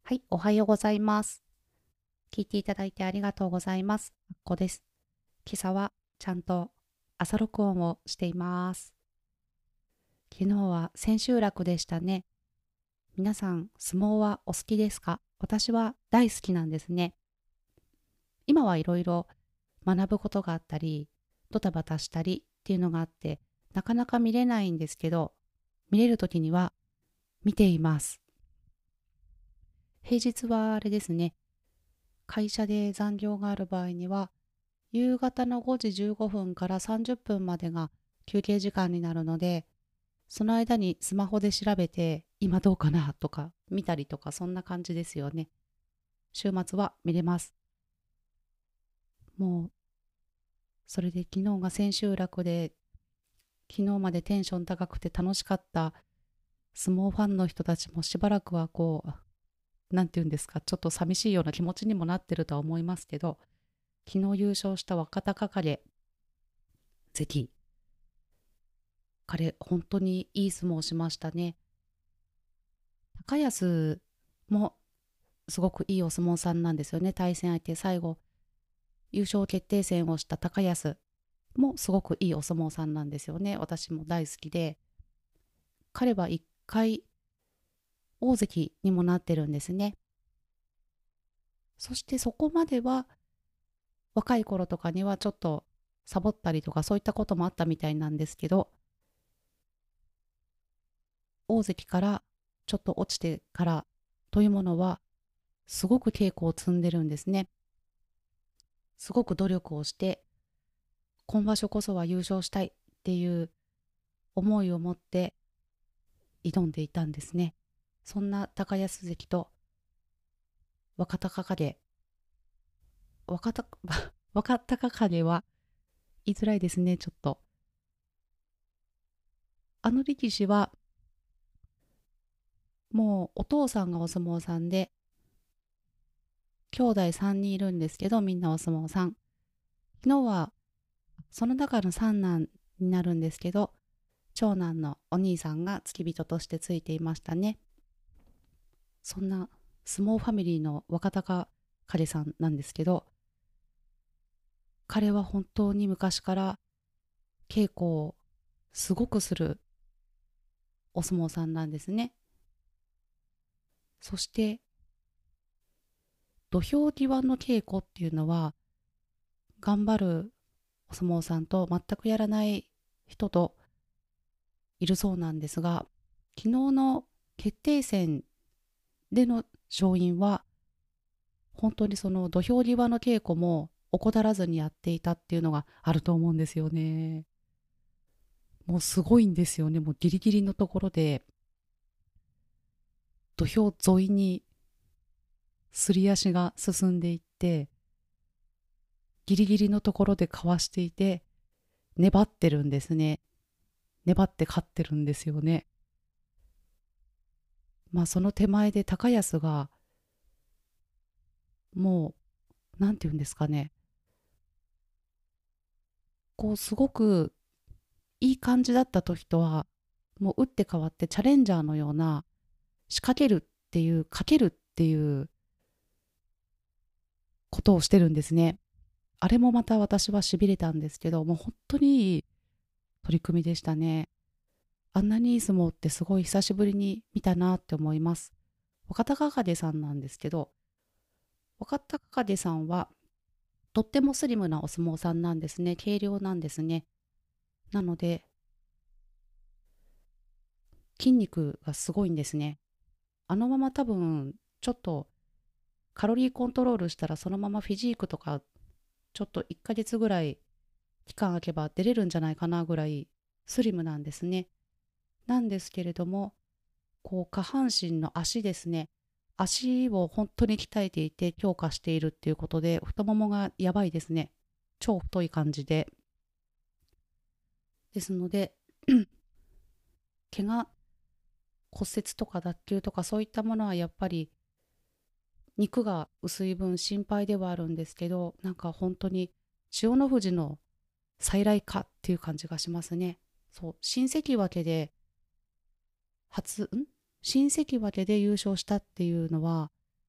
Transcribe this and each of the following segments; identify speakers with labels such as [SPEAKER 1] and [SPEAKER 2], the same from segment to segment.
[SPEAKER 1] はい、おはようございます。聞いていただいてありがとうございます。あっこです。今朝はちゃんと朝録音をしています。昨日は千秋楽でしたね。皆さん、相撲はお好きですか？私は大好きなんですね。今はいろいろ学ぶことがあったり、ドタバタしたりっていうのがあって、なかなか見れないんですけど、見れるときには見ています。平日はあれですね、会社で残業がある場合には、夕方の5時15分から30分までが休憩時間になるので、その間にスマホで調べて、今どうかなとか見たりとか、そんな感じですよね。週末は見れます。もう、それで昨日が千秋楽で、昨日までテンション高くて楽しかった相撲ファンの人たちもしばらくはなんて言うんですか、ちょっと寂しいような気持ちにもなってるとは思いますけど、昨日優勝した若隆景関、彼、本当にいい相撲をしましたね。高安もすごくいいお相撲さんなんですよね。対戦相手、最後、優勝決定戦をした高安もすごくいいお相撲さんなんですよね。私も大好きで、彼は一回大関にもなってるんですね。そしてそこまでは若い頃とかにはちょっとサボったりとかそういったこともあったみたいなんですけど、大関からちょっと落ちてからというものはすごく稽古を積んでるんですね。すごく努力をして今場所こそは優勝したいっていう思いを持って挑んでいたんですね。そんな高安関と若隆景、若た若隆景は言いづらいですね、ちょっと。あの力士はもうお父さんがお相撲さんで、兄弟3人いるんですけど、みんなお相撲さん。昨日はその中の三男になるんですけど、長男のお兄さんが付き人としてついていましたね。そんな相撲ファミリーの若隆景さんなんですけど、彼は本当に昔から稽古をすごくするお相撲さんなんですね。そして土俵際の稽古っていうのは、頑張るお相撲さんと全くやらない人といるそうなんですが、昨日の決定戦での勝因は本当にその土俵際の稽古も怠らずにやっていたっていうのがあると思うんですよね。もうすごいんですよね。もうギリギリのところで土俵沿いにすり足が進んでいって、ギリギリのところでかわしていて、粘ってるんですね。粘って勝ってるんですよね。まあその手前で高安がもう、なんて言うんですかね。すごくいい感じだった時とは、もう打って変わってチャレンジャーのような仕掛けるっていう、かけるっていうことをしてるんですね。あれもまた私はしびれたんですけど、もう本当にいい取り組みでしたね。あんなにいい相撲ってすごい久しぶりに見たなって思います。若隆景さんなんですけど、若隆景さんはとってもスリムなお相撲さんなんですね。軽量なんですね。なので筋肉がすごいんですね。あのまま多分ちょっとカロリーコントロールしたらそのままフィジークとかちょっと1ヶ月ぐらい期間空けば出れるんじゃないかなぐらいスリムなんですね。なんですけれども、下半身の足ですね。足を本当に鍛えていて強化しているっていうことで、太ももがやばいですね。超太い感じで。ですので、怪我、骨折とか脱臼とかそういったものはやっぱり肉が薄い分心配ではあるんですけど、なんか本当に千代の富士の再来かっていう感じがしますね。そう、新関脇で初、新関脇で優勝したっていうのは、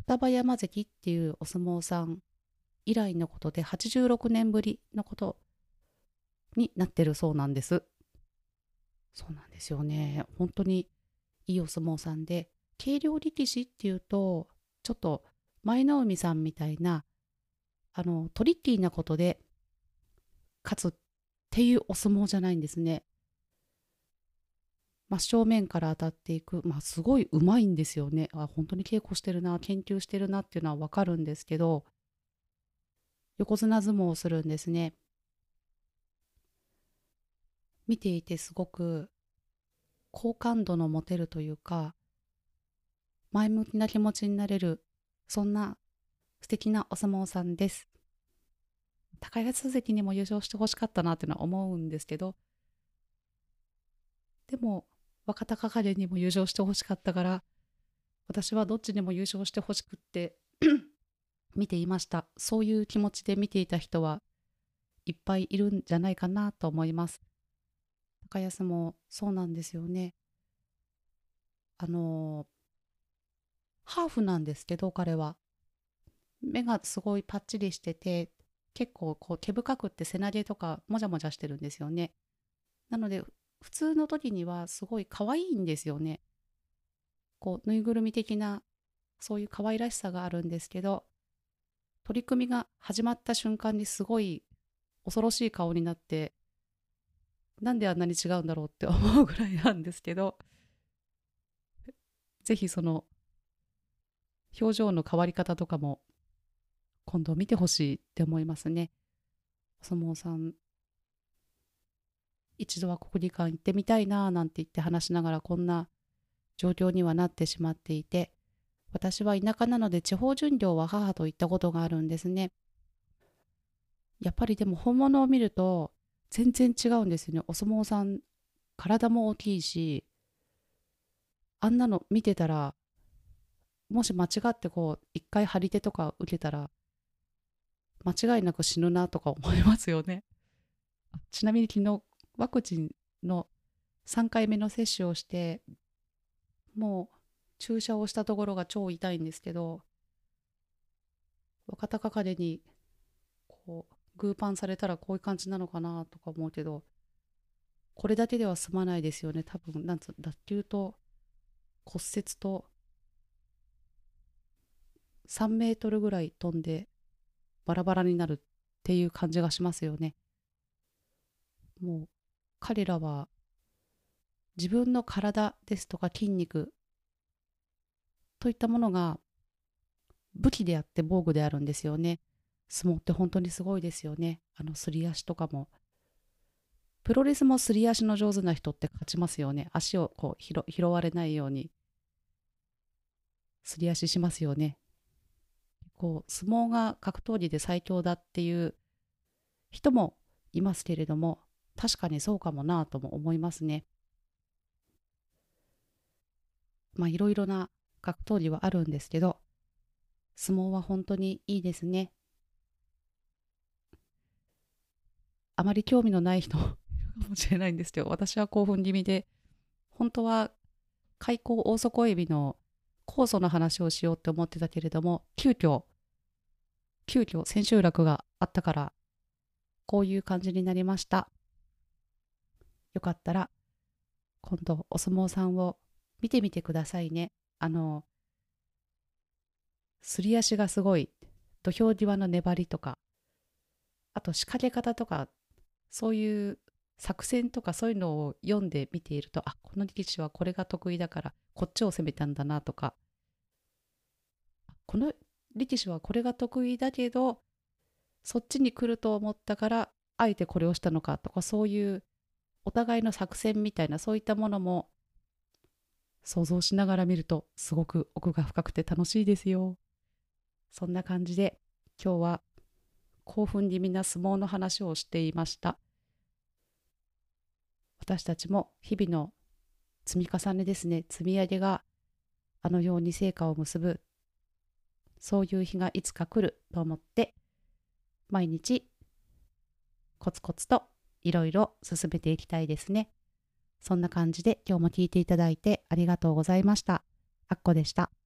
[SPEAKER 1] 双葉山関っていうお相撲さん以来のことで86年ぶりのことになってるそうなんです。そうなんですよね。本当にいいお相撲さんで、軽量力士っていうと、ちょっと舞の海さんみたいな、トリッキーなことで勝つっていうお相撲じゃないんですね。真正面から当たっていく、すごい上手いんですよね。本当に稽古してるな、研究してるなっていうのはわかるんですけど、横綱相撲をするんですね。見ていてすごく好感度の持てるというか、前向きな気持ちになれる、そんな素敵なお相撲さんです。高安関にも優勝してほしかったなっていうのは思うんですけど、でも若隆景にも優勝してほしかったから、私はどっちにも優勝してほしくって見ていました。そういう気持ちで見ていた人はいっぱいいるんじゃないかなと思います。高安もそうなんですよね。ハーフなんですけど、彼は目がすごいパッチリしてて、結構こう毛深くって背投げとかもじゃもじゃしてるんですよね。なので普通の時にはすごい可愛いんですよね。こうぬいぐるみ的なそういう可愛らしさがあるんですけど、取り組みが始まった瞬間にすごい恐ろしい顔になって、なんであんなに違うんだろうって思うぐらいなんですけど、ぜひその表情の変わり方とかも今度見てほしいって思いますね。お相撲さん、一度は国技館行ってみたいなぁなんて言って話しながらこんな状況にはなってしまっていて、私は田舎なので地方巡業は母と行ったことがあるんですね。やっぱりでも本物を見ると全然違うんですよね。お相撲さん、体も大きいし、あんなの見てたら、もし間違ってこう、一回張り手とか受けたら、間違いなく死ぬなとか思いますよね。ちなみに昨日、ワクチンの3回目の接種をして、もう注射をしたところが超痛いんですけど、若隆景にこう、グーパンされたらこういう感じなのかなとか思うけど、これだけでは済まないですよね。多分、なんつう、脱臼と骨折と3メートルぐらい飛んでバラバラになるっていう感じがしますよね。もう彼らは自分の体ですとか筋肉といったものが武器であって防具であるんですよね。相撲って本当にすごいですよね。すり足とかも。プロレスもすり足の上手な人って勝ちますよね。足をこう拾われないようにすり足しますよね。こう相撲が格闘技で最強だっていう人もいますけれども、確かにそうかもなとも思いますね。いろいろな格闘技はあるんですけど、相撲は本当にいいですね。あまり興味のない人もいるかもしれないんですけど、私は興奮気味で、本当は開口大底エビの酵素の話をしようって思ってたけれども、急遽千秋楽があったから、こういう感じになりました。よかったら、今度お相撲さんを見てみてくださいね。すり足がすごい、土俵際の粘りとか、あと仕掛け方とか、そういう作戦とかそういうのを読んで見ていると、この力士はこれが得意だからこっちを攻めたんだなとか、この力士はこれが得意だけどそっちに来ると思ったからあえてこれをしたのかとか、そういうお互いの作戦みたいなそういったものも想像しながら見るとすごく奥が深くて楽しいですよ。そんな感じで今日は興奮気味な相撲の話をしていました。私たちも日々の積み重ねですね、積み上げがあのように成果を結ぶ、そういう日がいつか来ると思って毎日コツコツといろいろ進めていきたいですね。そんな感じで今日も聞いていただいてありがとうございました。あっこでした。